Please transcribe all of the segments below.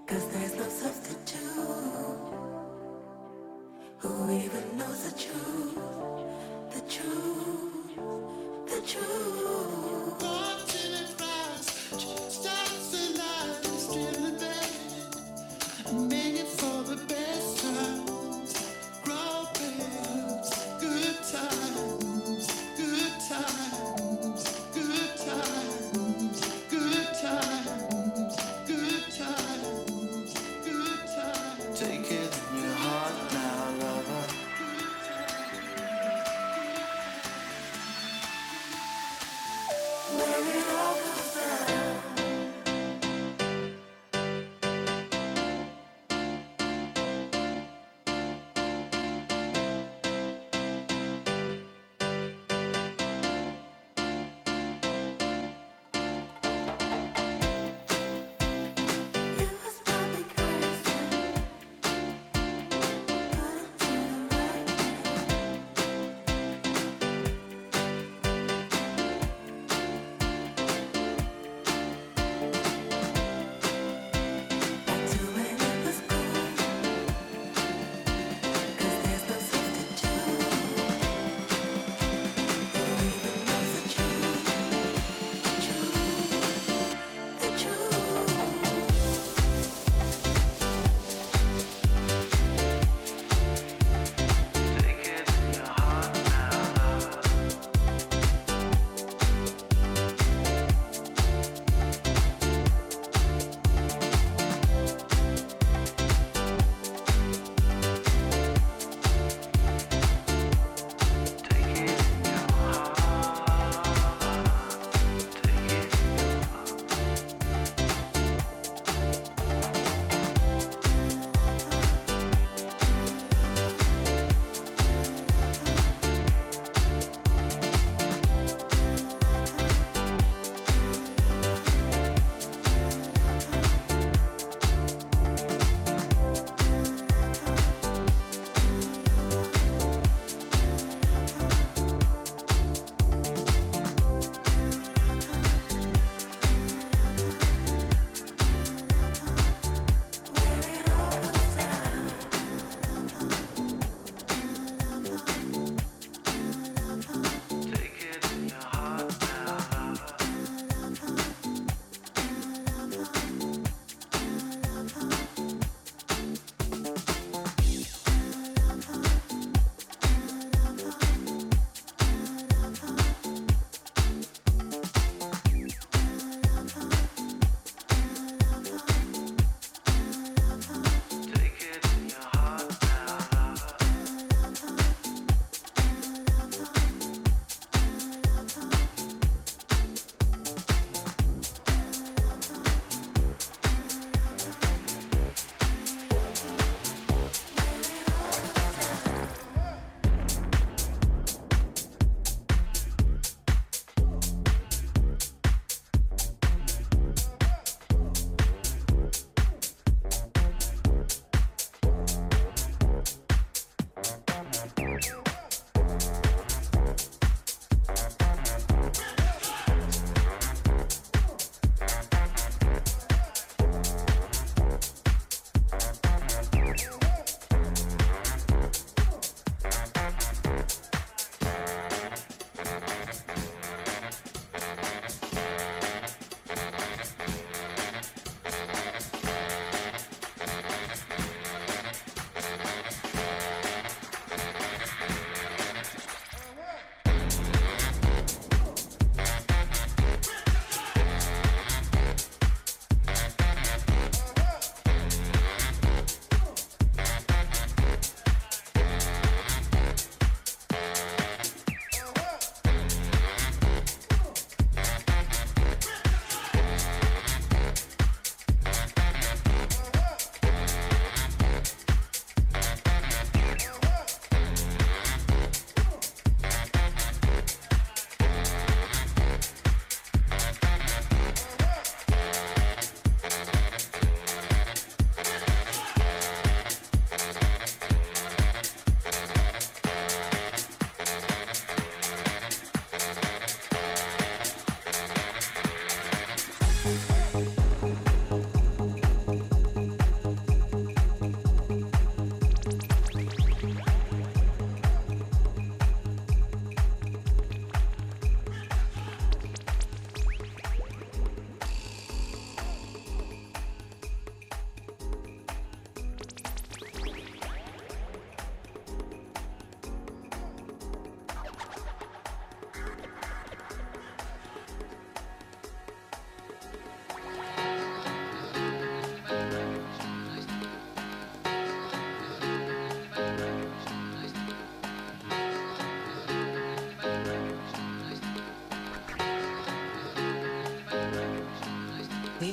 'Cause there's no substitute. Who even knows the truth? The truth, the truth. Watching it rise, stars alive, still in bed, making for the best times, grow pains, good times, good times, good times, good times, good times, good times.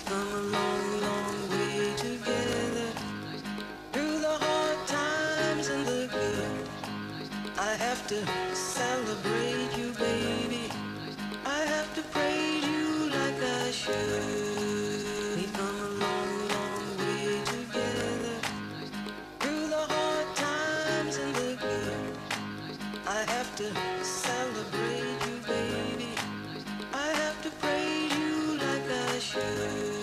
come a long, long way together. Through the hard times and the good, I have to celebrate you, baby. I have to praise you like I should. We come a long, long way together. Through the hard times and the good, I have to celebrate you, baby. I have to praise you like I should.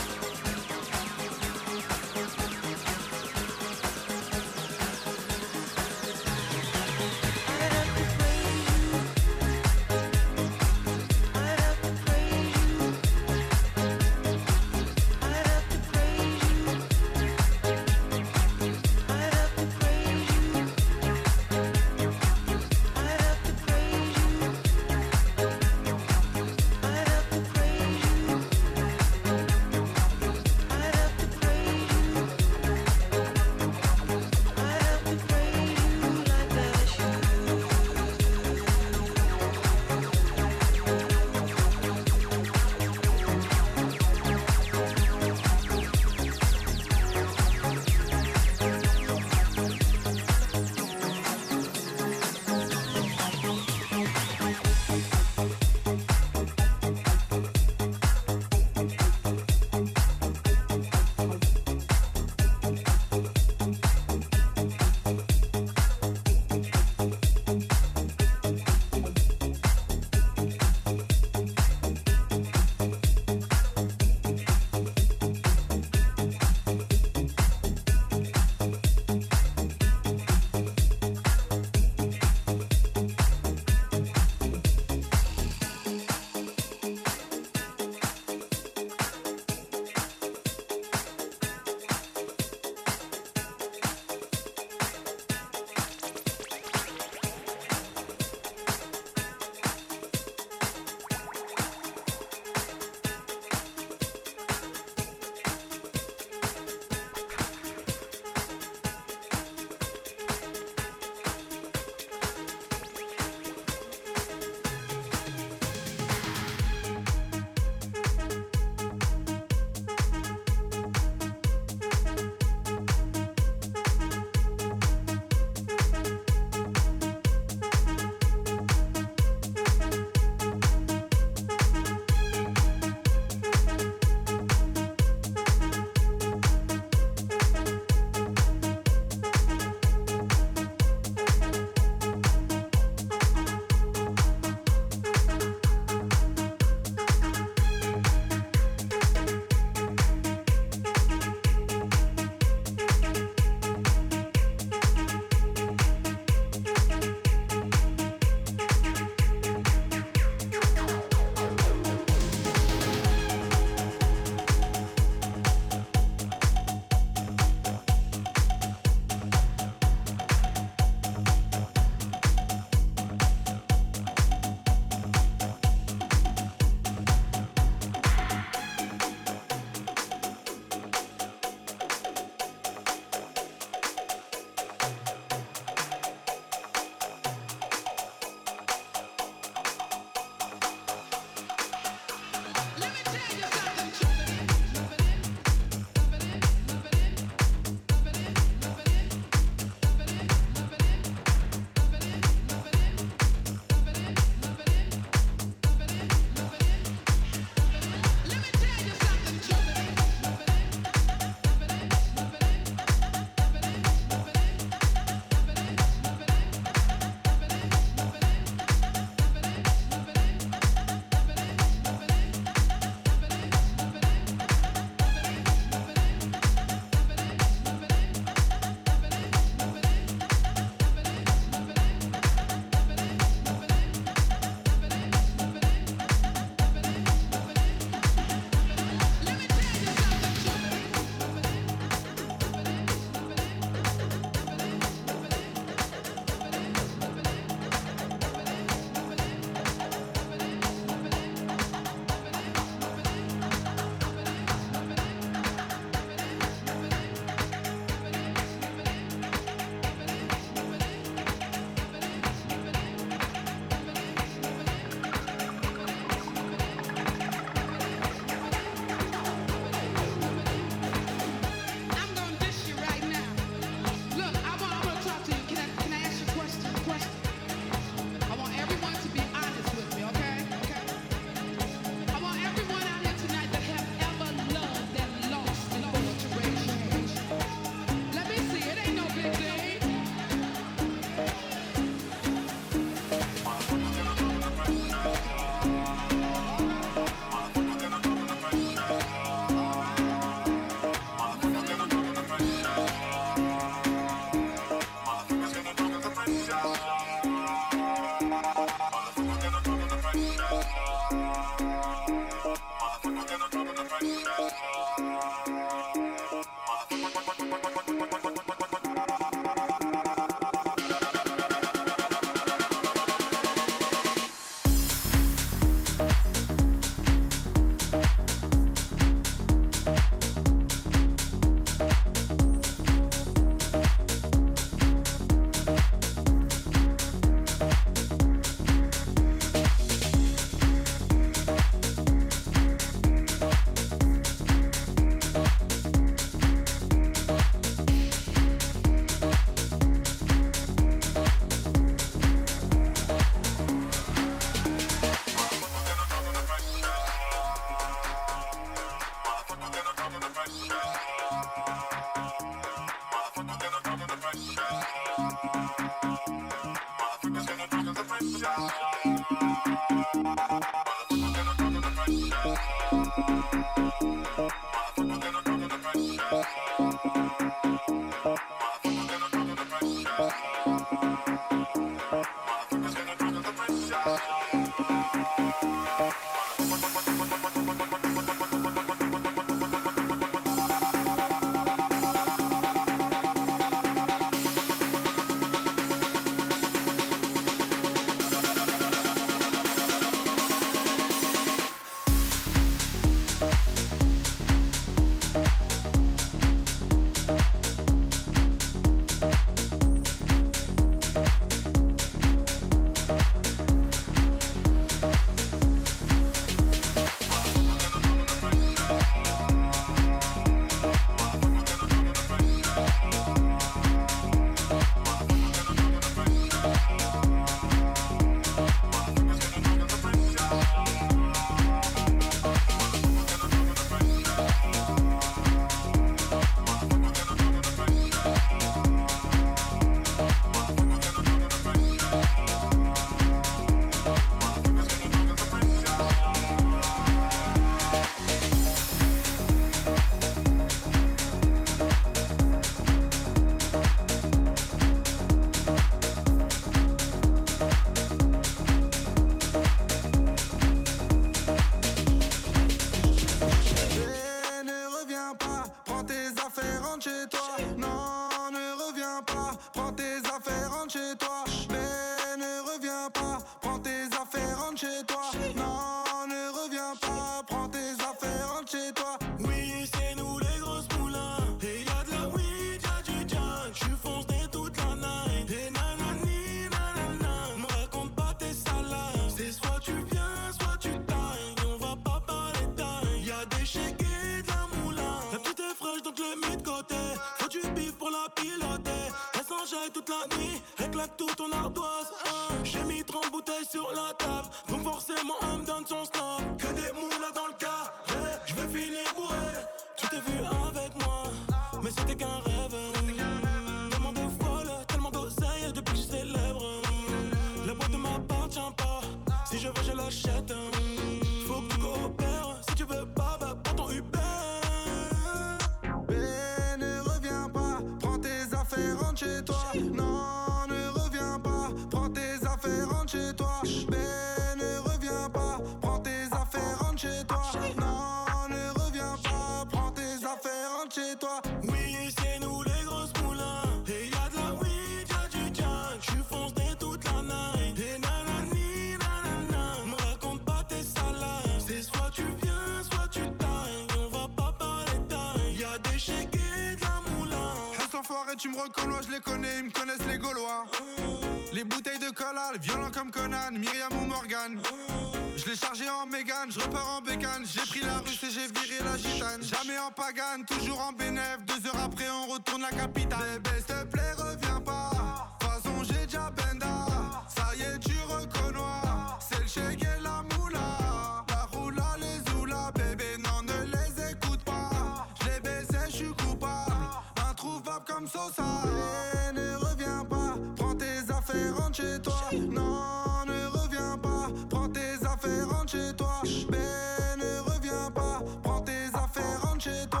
Tu me reconnais, je les connais, ils me connaissent les Gaulois. Les bouteilles de cola, violents comme Conan, Myriam ou Morgan. Je l'ai chargé en Mégane, je repars en bécane. J'ai pris la russe et j'ai viré la gitane. Jamais en pagane, toujours en bénéf. 2 heures après on retourne la capitale. Bébé s'il te plaît reviens pas, de toute façon j'ai déjà benda. Ça y est tu reconnais, c'est le chèque et la moula. La roula, les oula, bébé non ne les écoute pas. Je les baissais, je suis coupable, introuvable comme Sosa. Et ne reviens pas, prends tes affaires, rentre chez toi. Non ne reviens pas, prends tes affaires, rentre chez toi. Ben ne reviens pas, prends tes affaires, rentre chez toi.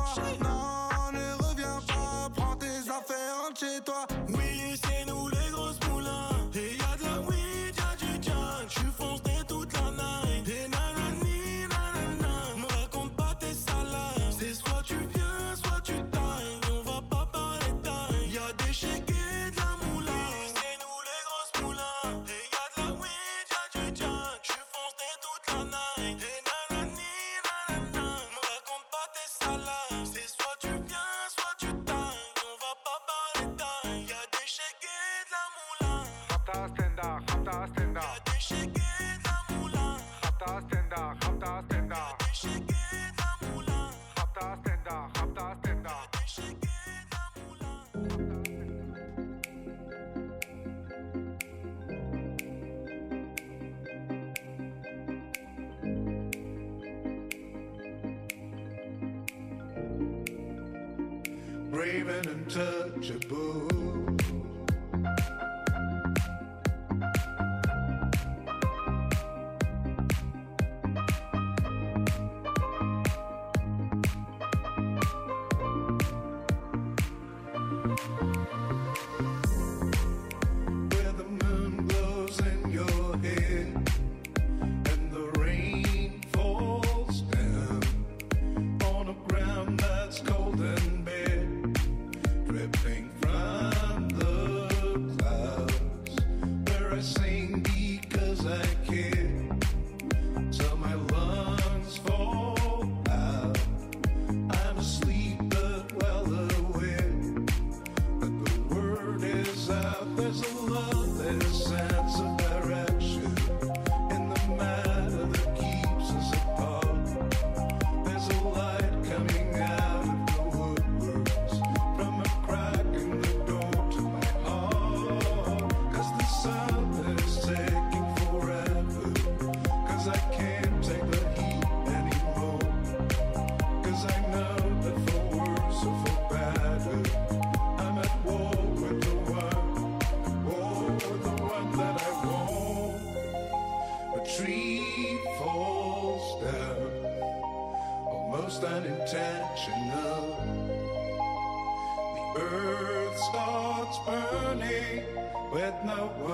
Non ne reviens pas, prends tes affaires, rentre chez toi. Oui c'est nous les grosses moulins. Et y'a de la weed, y'a du jack. J'suis foncé toute la night. Et nanani nanana, me raconte pas tes salades. C'est soit tu viens, soit tu tailles. On va pas parler taille. Y'a des chèques et de la moula. Oui c'est nous les grosses moulins. Et y'a de la weed, y'a du jack. J'suis foncé toute la night. Et nanani nanana, me raconte pas tes salades. C'est soit tu viens, soit tu tailles. On va pas parler taille. Y'a des chèques et de la moula. Rapta stenda, rapta stenda. Y'a des chèques et de la moula. Rapta stenda, rapta stenda. Y'a des chèques et de la moula. Rapta stenda, rapta stenda. Y'a des chèques et de la moula. Brave and untouchable.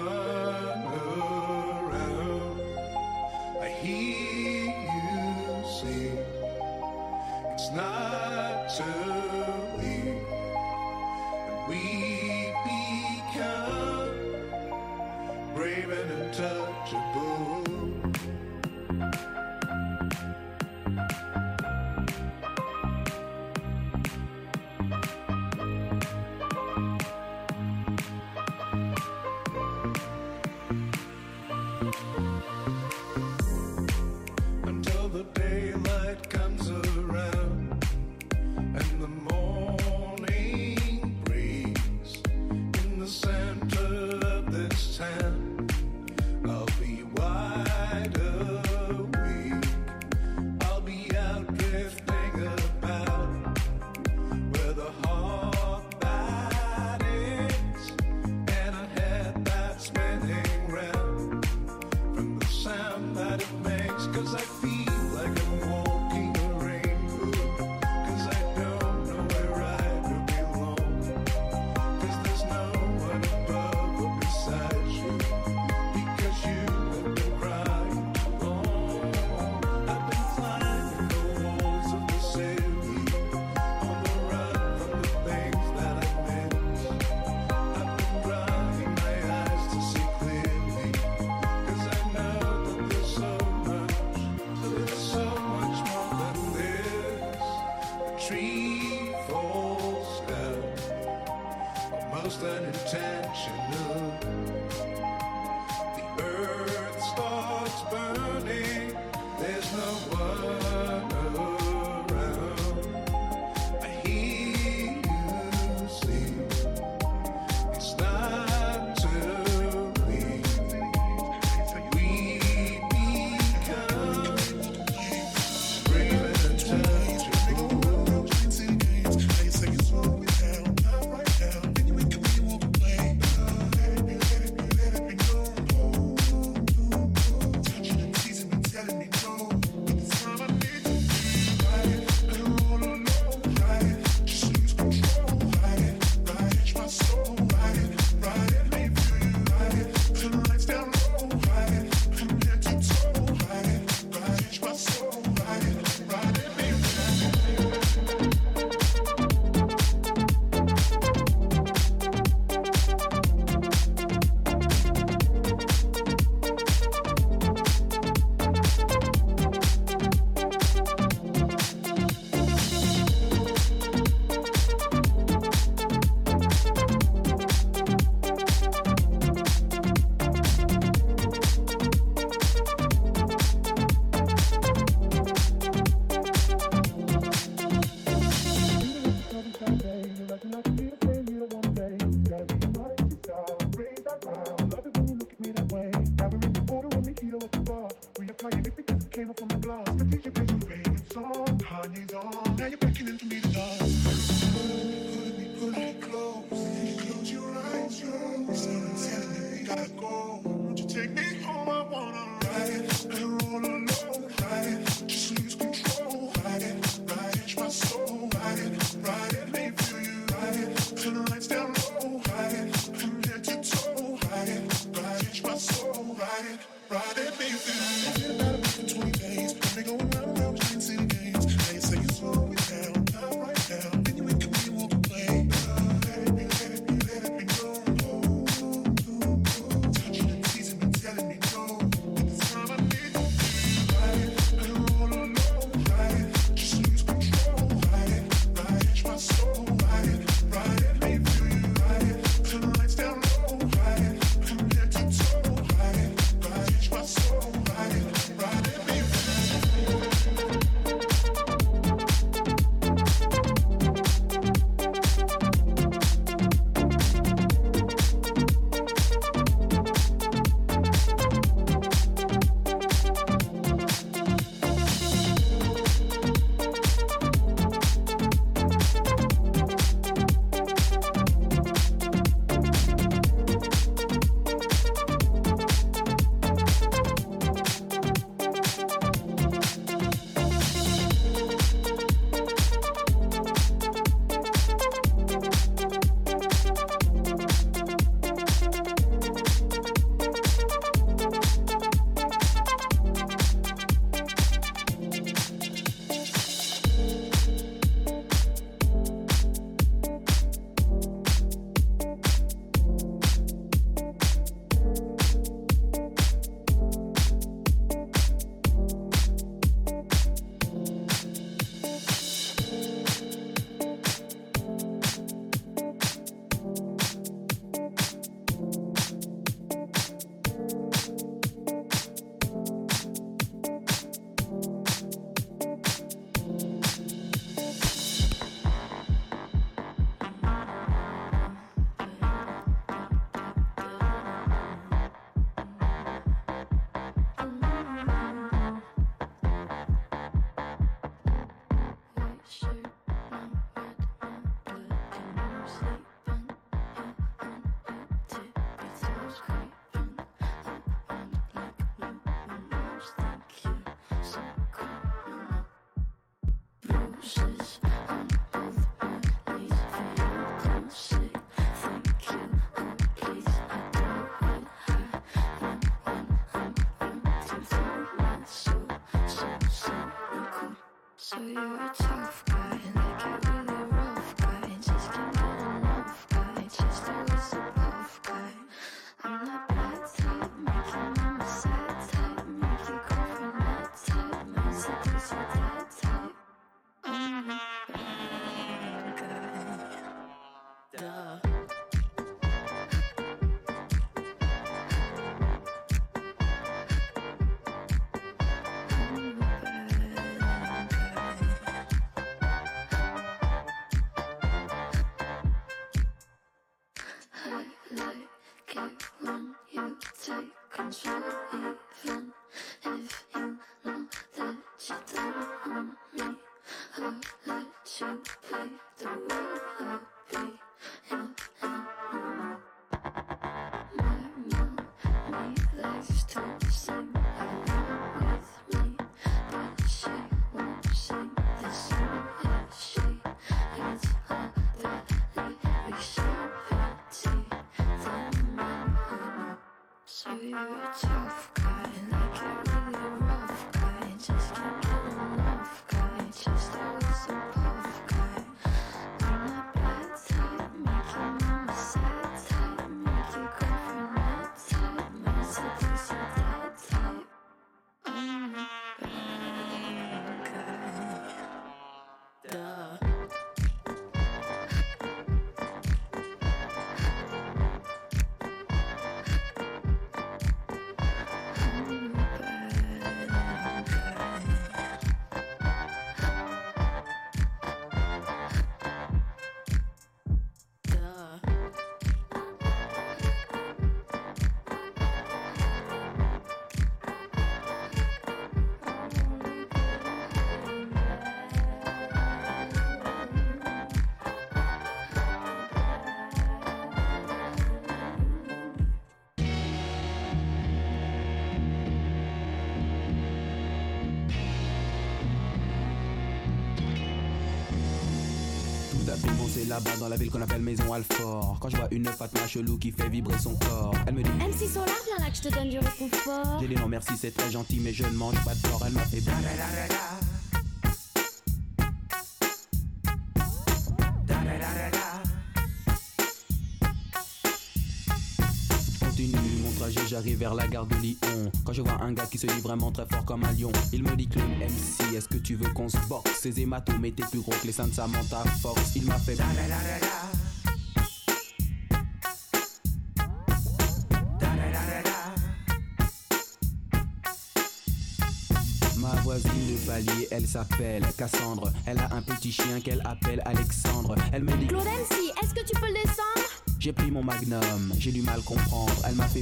one around. I hear you sing. It's not too late. And we become brave and untouchable. Until the daylight comes around and the morning breeze in the center of this town, I'll be wide awake. I'll be out drifting about where the heart that is and a head that's spinning round from the sound that it makes. 'Cause I feel like I'm walking a rainbow. 'Cause I don't know where I do belong. 'Cause there's no one above or beside you. Because you have been crying too long. I've been climbing the walls of the city on the run from the things that I miss. I've been drying my eyes to see clearly. 'Cause I know that there's so much more than this. A tree falls down, almost unintentional. The earth starts burning, there's no one around. I hear you sing, it's not too late. We become brave and untouchable. Then you ain't So you're a tough guy, like a really rough guy. Just can't get enough guy, just always a puff guy. I'm that bad type, make your mama sad type, make your girlfriend mad type, might seduce your dad type. I'm a bad guy. Duh. So you're a tough guy, like a really rough guy. Just can't get enough guy, just always a puff guy. I'm that bad type, make your mama sad type, make your girlfriend mad type, might seduce your dad type. I'm a bad guy. Duh. C'est là-bas dans la ville qu'on appelle Maison Alfort. Quand je vois une Fatma chelou qui fait vibrer son corps, elle me dit MC Solar, viens là que je te donne du réconfort. J'ai dit non merci, c'est très gentil mais je ne mange pas de porc. Elle m'a fait continue mon trajet, j'arrive vers la gare de Lyon. Quand je vois un gars qui se dit vraiment très fort comme un lion, il me dit Claude MC, est-ce que tu veux qu'on se boxe? Ces hématomes étaient plus gros que les seins de Samantha Fox. Il m'a fait ma voisine de palier, elle s'appelle Cassandre. Elle a un petit chien qu'elle appelle Alexandre. Elle me dit Claude MC, est-ce que tu peux le descendre? J'ai pris mon magnum, j'ai du mal comprendre. Elle m'a fait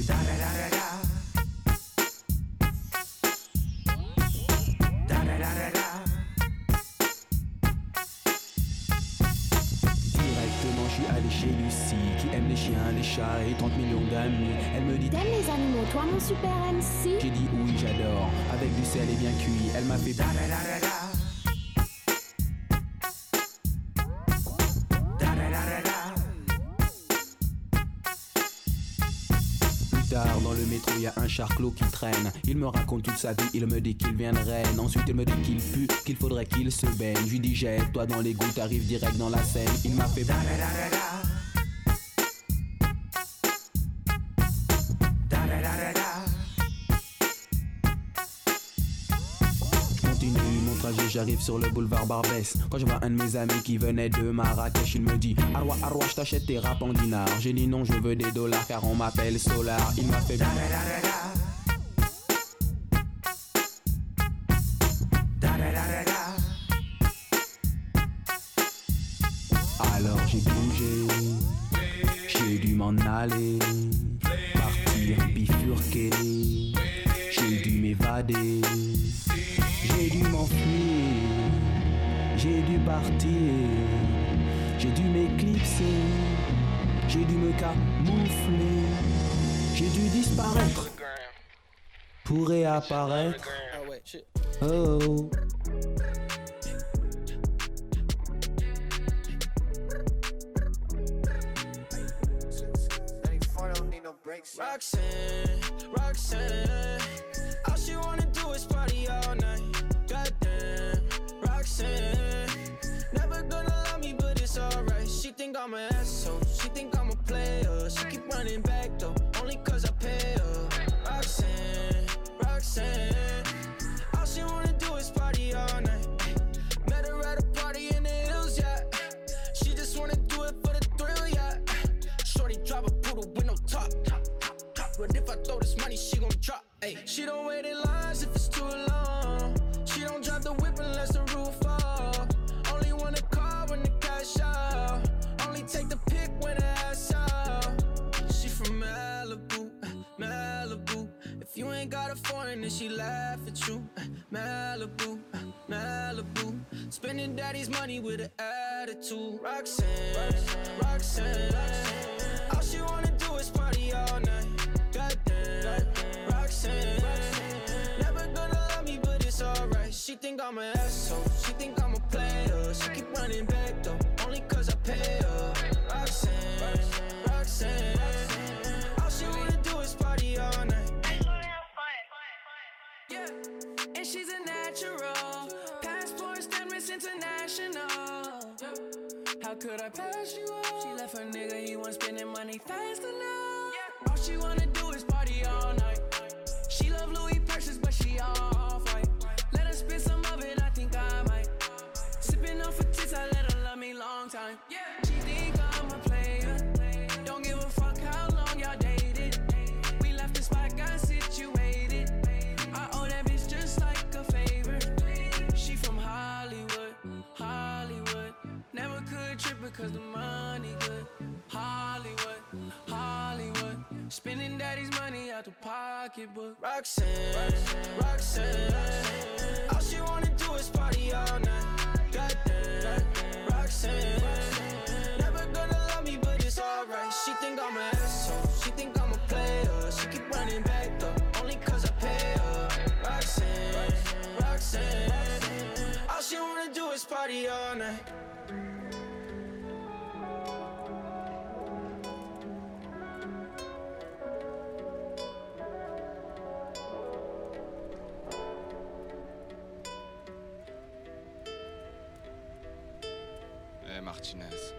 directement, je suis allé chez Lucie, qui aime les chiens, les chats et 30 millions d'amis. Elle me dit t'aimes les animaux, toi mon super MC? J'ai dit oui, j'adore, avec du sel et bien cuit. Elle m'a fait dans le métro, il y a un charclot qui traîne. Il me raconte toute sa vie, il me dit qu'il vient de Rennes. Ensuite il me dit qu'il pue, qu'il faudrait qu'il se baigne. Je lui dis jette-toi dans l'égout, t'arrives direct dans la Seine. Il m'a fait j'arrive sur le boulevard Barbès. Quand je vois un de mes amis qui venait de Marrakech, il me dit Arwa, Arwa, je t'achète tes rap en dinars. J'ai dit non, je veux des dollars car on m'appelle Solar. Il m'a fait alors j'ai bougé, j'ai dû m'en aller, partir bifurquer, j'ai dû m'évader. J'ai dû m'enfuir, j'ai dû partir, j'ai dû m'éclipser, j'ai dû me camoufler, j'ai dû disparaître pour réapparaître. Oh. Roxanne, Roxanne, all she wanna do is party all night. Goddamn, Roxanne, never gonna love me, but it's alright. She think I'm an asshole, she think I'm a player. She keep running back though, only cause I pay her. Roxanne, Roxanne, all she wanna do is party all night. Met her at a party in the hills, yeah. She just wanna do it for the thrill, yeah. Shorty drive a poodle with no top. But if I throw this money, she gon' drop. Ay. She don't wait in lines if it's too long. She don't drive the whip unless the roof fall. Only want a car when the cash out. Only take the pic when the ass out. She from Malibu, Malibu. If you ain't got a foreign, then she laugh at you. Malibu, Malibu. Spending daddy's money with an attitude. Roxanne, Roxanne, all she wanna do is party all night. Goddamn, Roxanne, never gonna love me, but it's alright. She think I'm an asshole, she think I'm a player. She keep running back though, only cause I pay her. Roxanne, Roxanne, all she wanna do is party all night. Yeah, and she's a natural. Passport stamp Miss International. How could I pass you up? She left her nigga, he wasn't spending money fast enough. All she wanna do is party all night. She love Louis purses, but she off white. Let her spit some of it, I think I might. Sipping off her tits, I let her love me long time. She think I'm a player. Don't give a fuck how long y'all dated. We left the spot, got situated. I owe that bitch just like a favor. She from Hollywood, Hollywood. Never could trip because the money good. Hollywood, Hollywood. Spending daddy's money out the pocketbook. Roxanne, Roxanne, all she wanna do is party all night. Goddamn, Roxanne, never gonna love me, but it's alright. She think I'm an asshole, she think I'm a player. She keep running back though, only cause I pay her. Roxanne, Roxanne, all she wanna do is party all night. Martinez.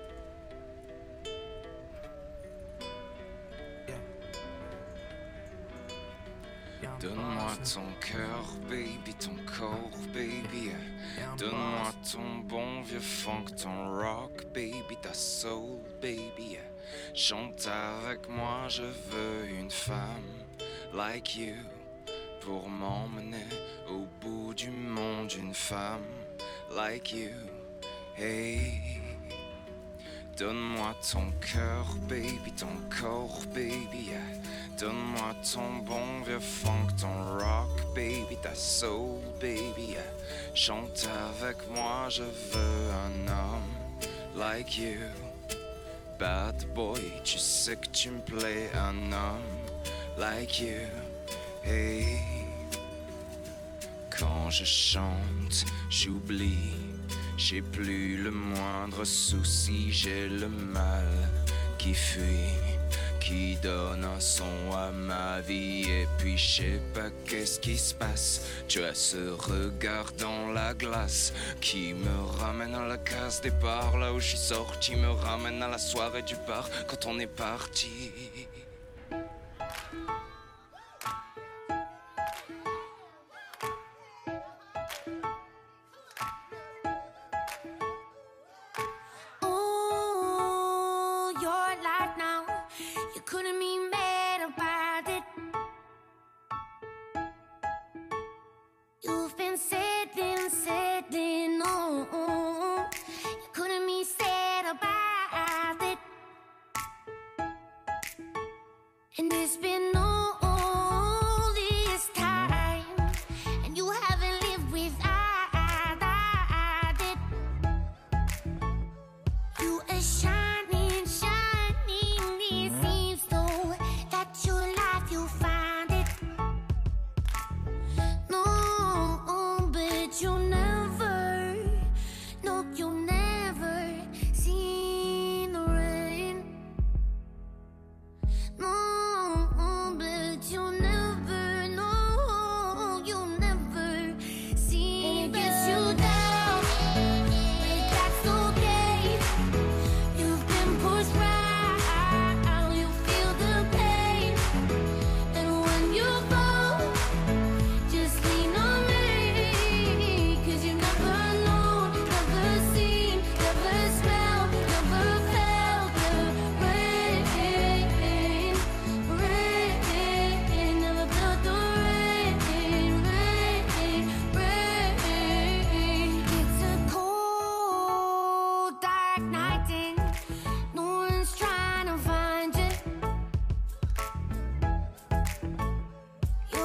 Donne-moi ton cœur, baby, ton corps, baby. Donne-moi ton bon vieux funk, ton rock, baby, ta soul, baby. Chante avec moi, je veux une femme like you pour m'emmener au bout du monde. Une femme like you, hey. Donne-moi ton cœur, baby, ton corps, baby. Donne-moi ton bon vieux funk, ton rock, baby, ta soul, baby. Chante avec moi, je veux un homme like you. Bad boy, tu sais que tu me plais, un homme like you. Hey, quand je chante, j'oublie. J'ai plus le moindre souci, j'ai le mal qui fuit, qui donne un son à ma vie. Et puis je sais pas qu'est-ce qui se passe. Tu as ce regard dans la glace qui me ramène à la case départ. Là où je suis sorti, me ramène à la soirée du bar quand on est parti.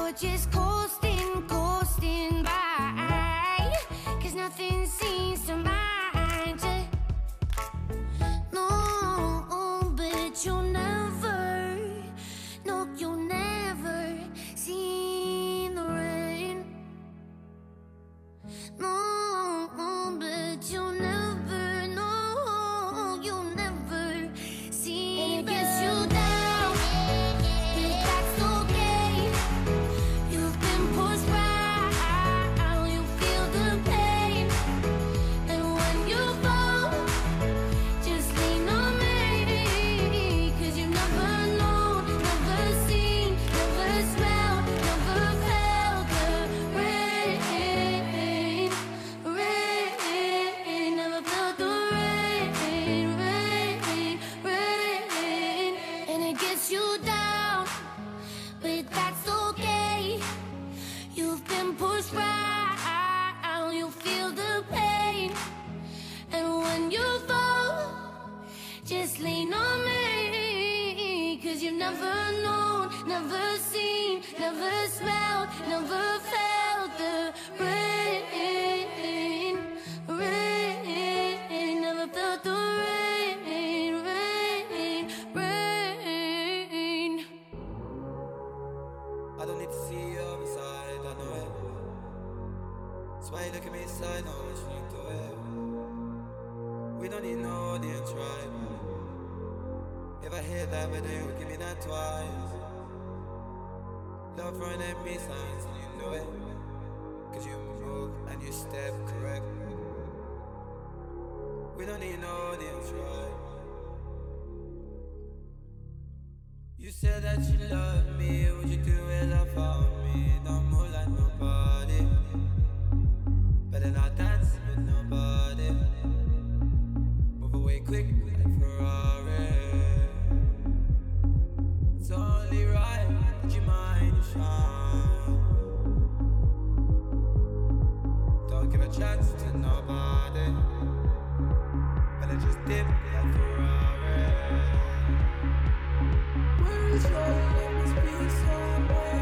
We're just coasting, coasting by, 'cause nothing seems to mind. No, but you'll never, no, you'll never see the rain. No, but you'll never, no, you'll never see. And it gets you down, but that's okay. You've been pushed right, you feel the pain. And when you fall, just lean on me, 'cause you've never known, never seen, never smelled, never felt the rain, rain, never felt the rain, rain, rain. And it gets you down, but that's okay. You've been pushed right, you feel the pain. And when you fall, just lean on me, 'cause you've never known, never seen, never smelled, never felt the rain, rain, never felt the rain, rain, rain. I don't need to see you on the side, I know it. That's why you look at me side, how much you do it. We don't need no audience, right? If I hear that video, give me that twice. Love running at me signs and you know it, 'cause you move and you step correct. We don't need no audience, right? You said that you love me, would you do it all for me? Don't move like nobody, better not dance with nobody. Move away quick like Ferrari. It's only right that you mind you shine. Don't give a chance to nobody, better just dip like Ferrari. Where is your love? Must be somewhere.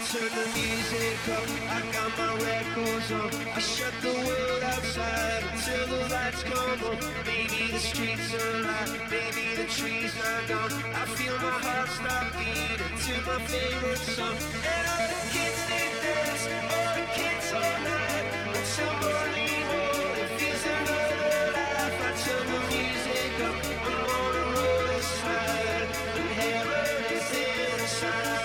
turn the music up, I got my records on. I shut the world outside until the lights come on. Maybe the streets are alive, maybe the trees are gone. I feel my heart stop beating to my favorite song. And all the kids they dance, all the kids all night until morning, oh, it feels another life. I turn the music up, I'm on a roller slide, and heaven is inside.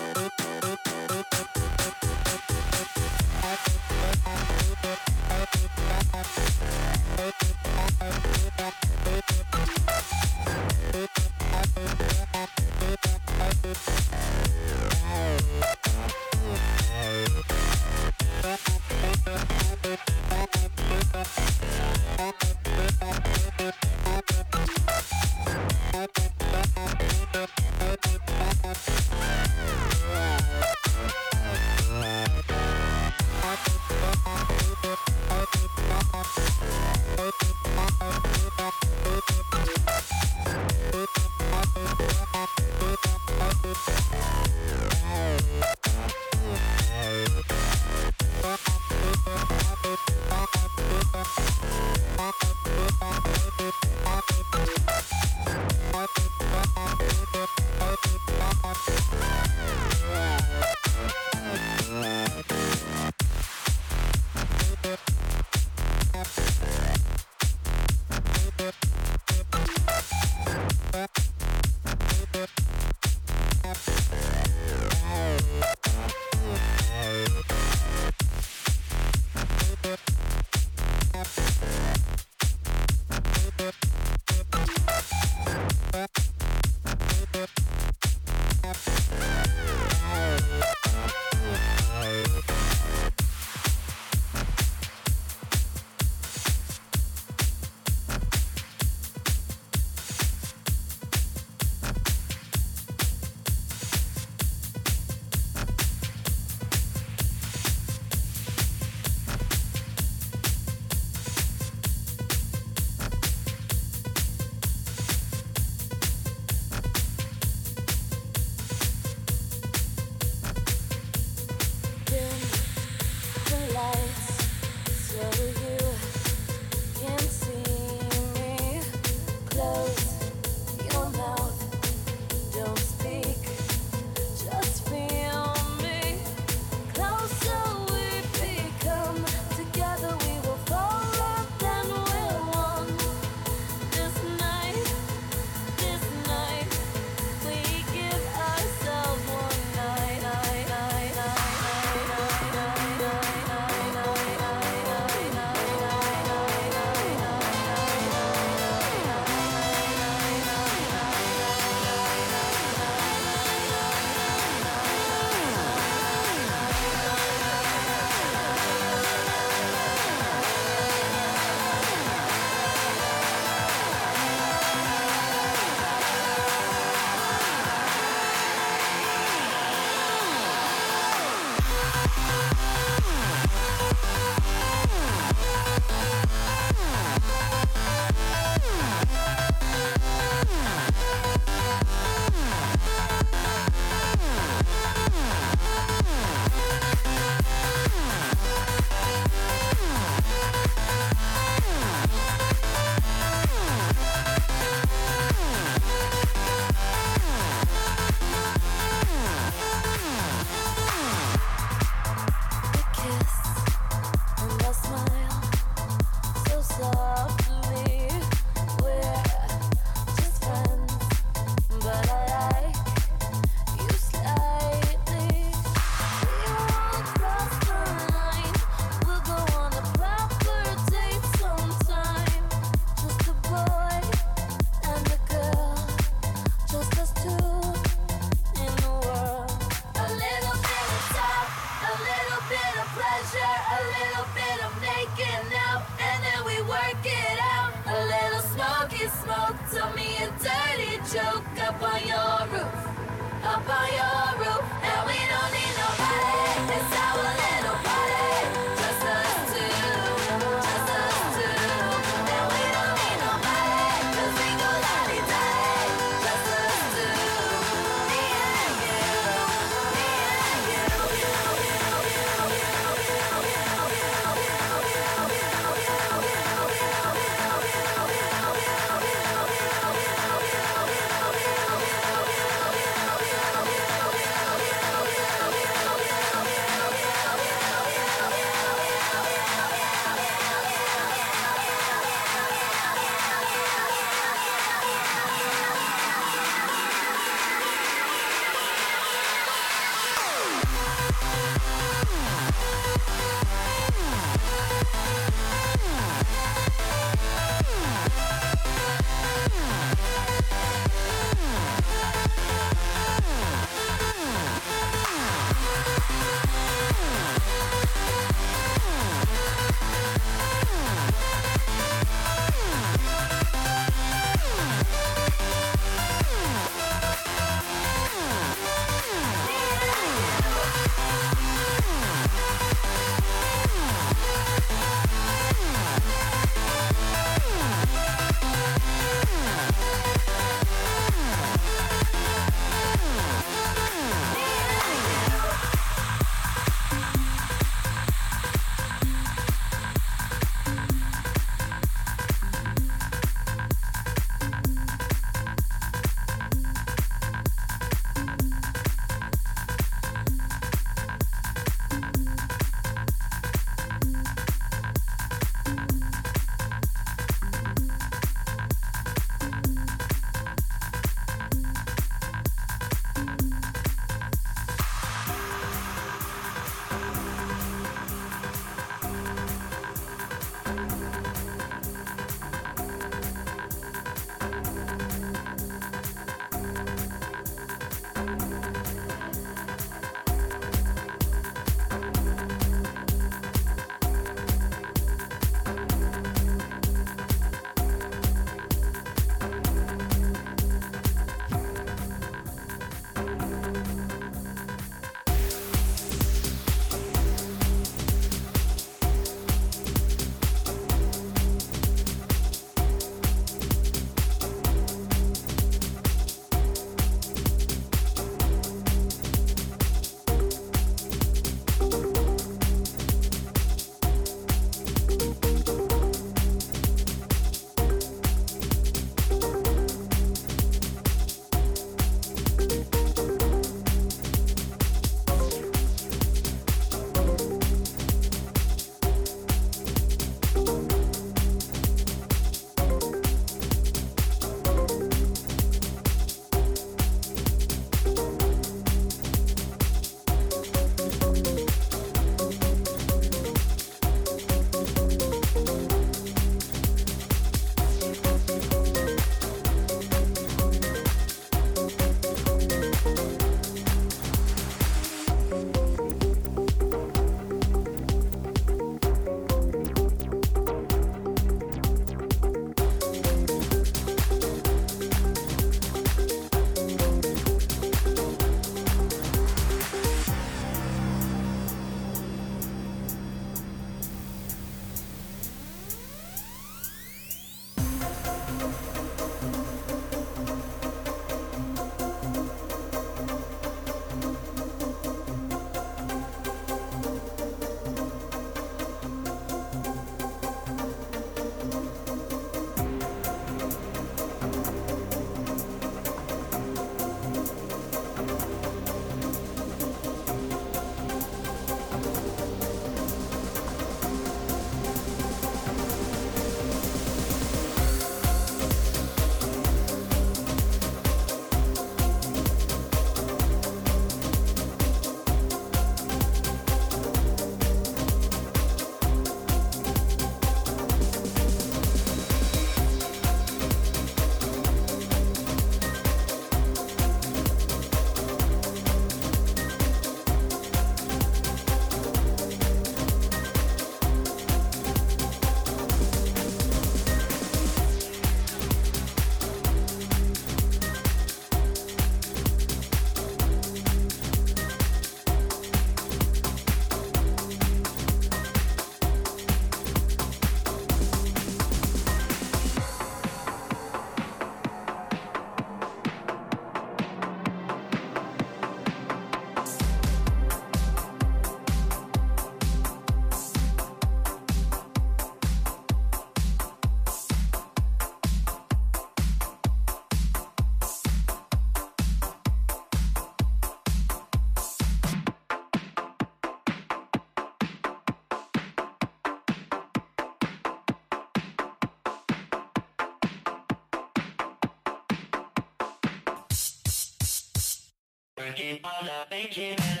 working harder, making better.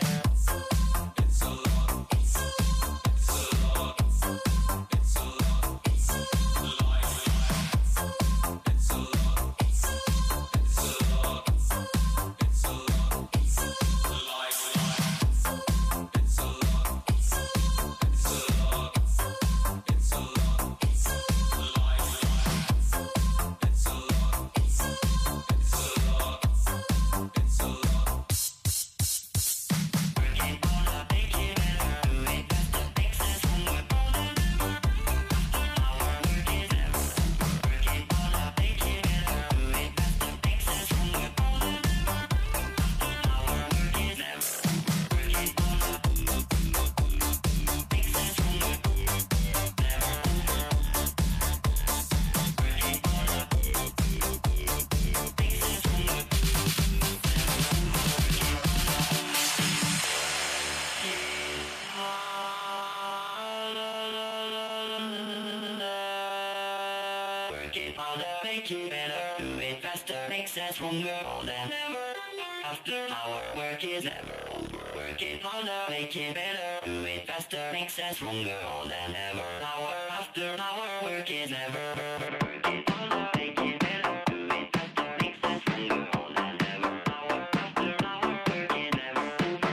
Stronger than ever. After our work is never over. Working harder, make it better. Do it faster, makes us stronger than ever. Hour after hour, work is never. Working harder, make it better. Do it faster, makes us stronger than ever. Hour after hour, work is never over.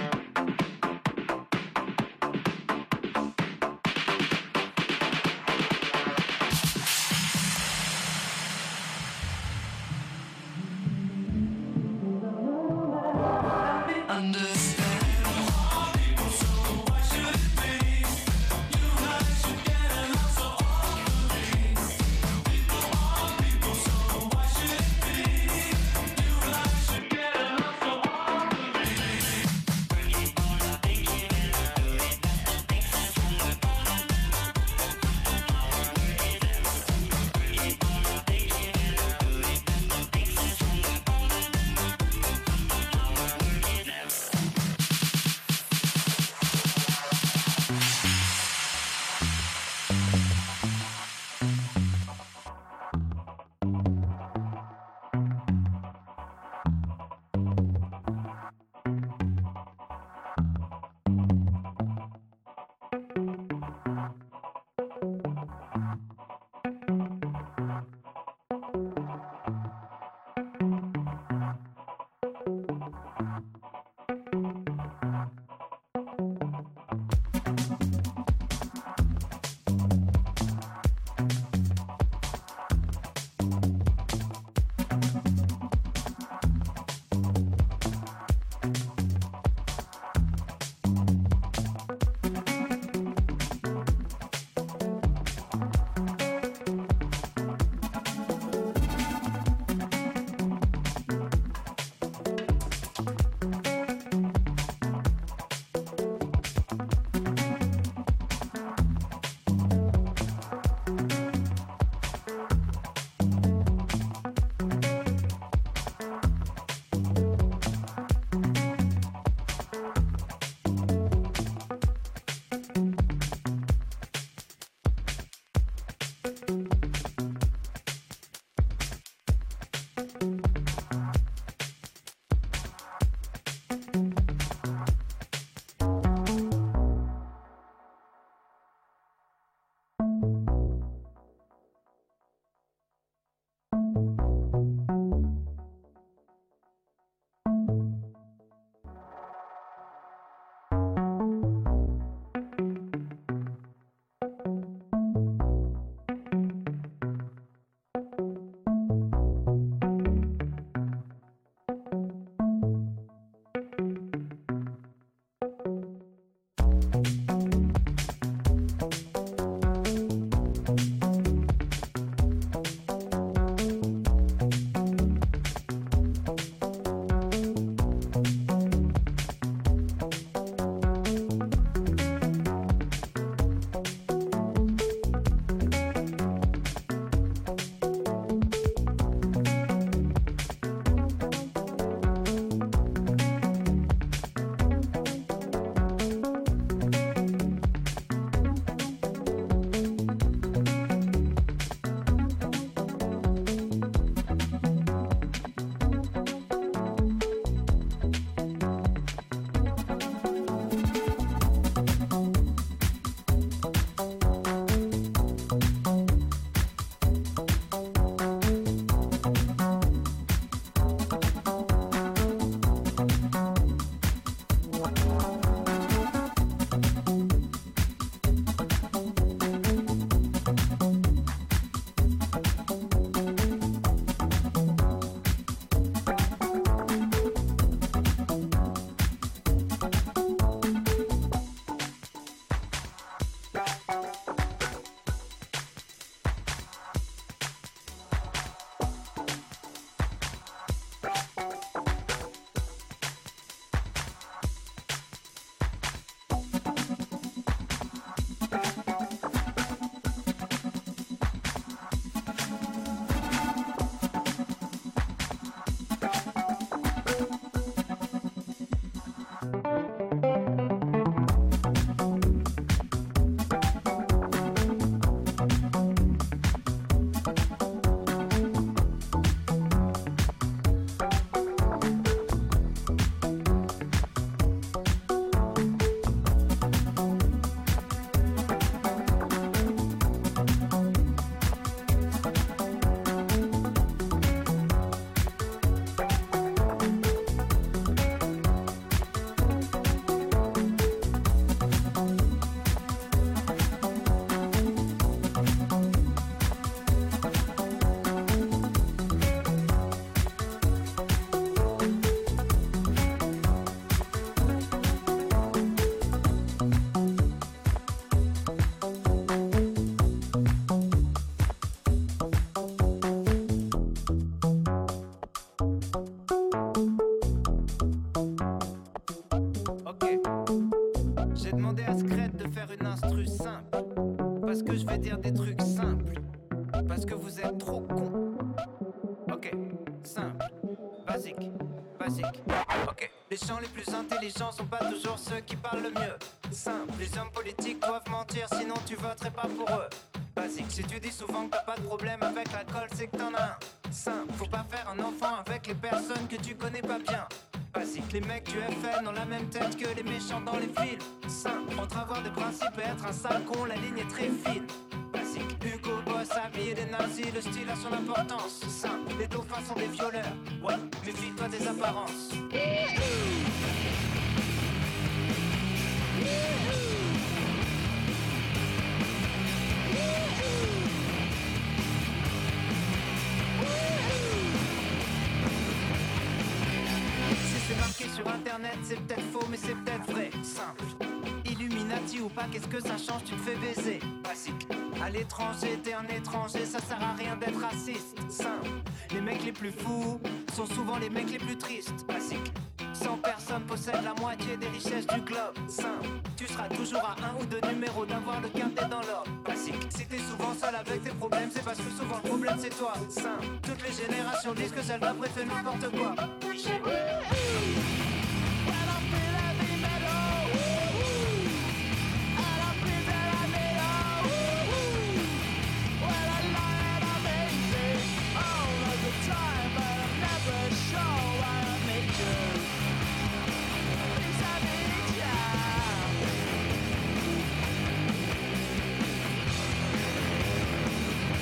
à Scred de faire une instru simple. Parce que je vais dire des trucs simples. Parce que vous êtes trop cons. Ok, simple, basique, basique. Ok, les gens les plus intelligents sont pas toujours ceux qui parlent le mieux. Simple, les hommes politiques doivent mentir, sinon tu voterais pas pour eux. Basique, si tu dis souvent que t'as pas de problème avec l'alcool, c'est que t'en as un. Simple, faut pas faire un enfant avec les personnes que tu connais pas bien. Basique, les mecs du FN ont la même tête que les méchants dans les films. Simple, entre avoir des principes et être un sale con, la ligne est très fine. Basique, Hugo Boss habillé des nazis, le style a son importance. Simple, les dauphins sont des violeurs. Ouais, méfie-toi des apparences. C'est marqué sur internet, c'est peut-être faux mais c'est peut-être vrai. Simple, Illuminati ou pas, qu'est-ce que ça change, tu te fais baiser. Basique, à l'étranger, t'es un étranger, ça sert à rien d'être raciste. Simple, les mecs les plus fous sont souvent les mecs les plus tristes. Basique, 100 personnes possèdent la moitié des richesses du globe. Simple, tu seras toujours à un ou deux numéros d'avoir le quintet dans l'ordre. Basique, si t'es souvent seul avec tes problèmes, c'est parce que souvent le problème c'est toi. Simple, toutes les générations disent que celle d'après fait n'importe quoi.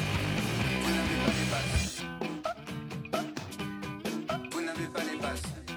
Vous n'avez pas les bases.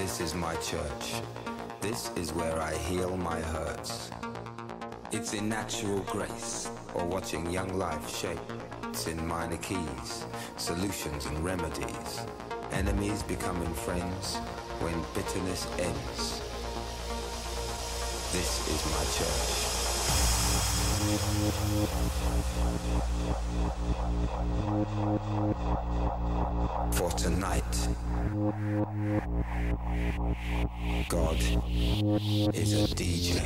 This is my church. This is where I heal my hurts. It's in natural grace, or watching young life shape. It's in minor keys, solutions and remedies. Enemies becoming friends when bitterness ends. This is my church. For tonight, God is a DJ.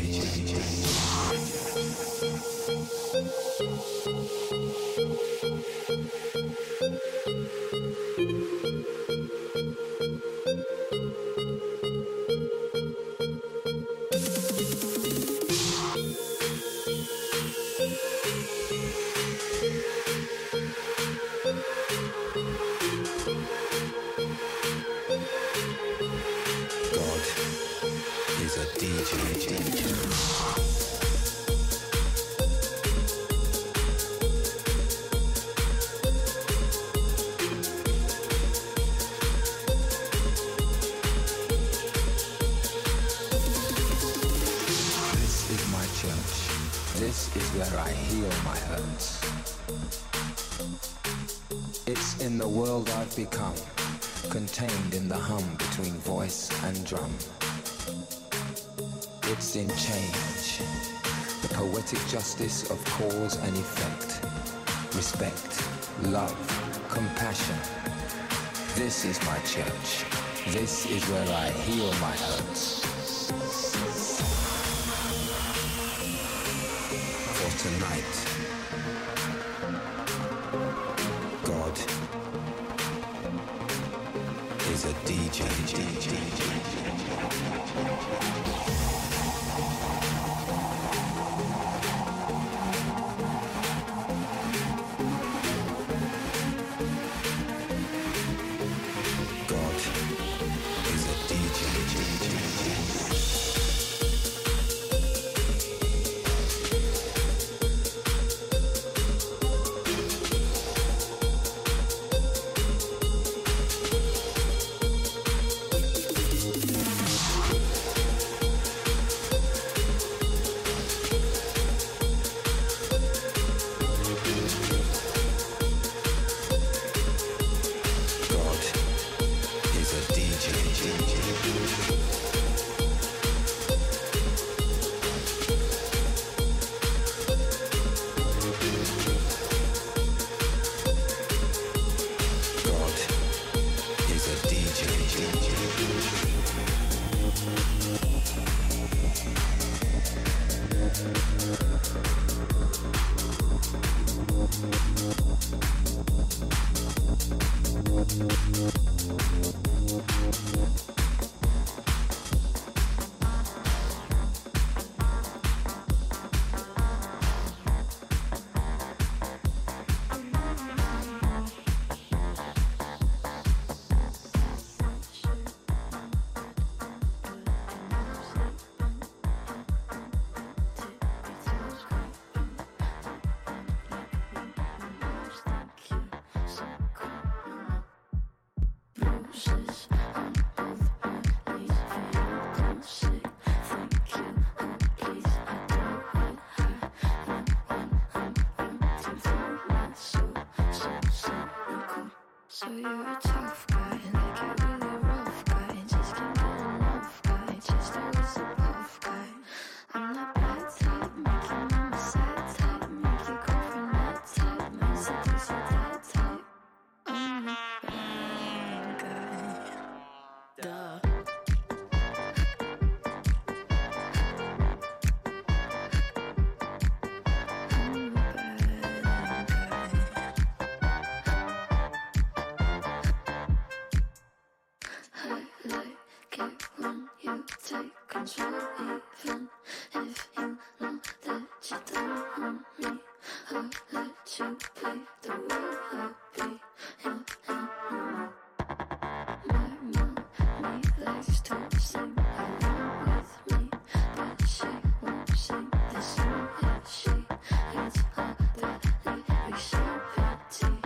This is where I heal my hurts. It's in the world I've become, contained in the hum between voice and drum. It's in change, the poetic justice of cause and effect. Respect, love, compassion. This is my church. This is where I heal my hurts. Tonight, God is a DJ.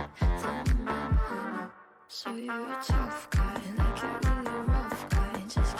So you're a tough guy, like a really rough guy. Just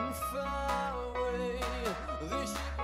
far away. This ship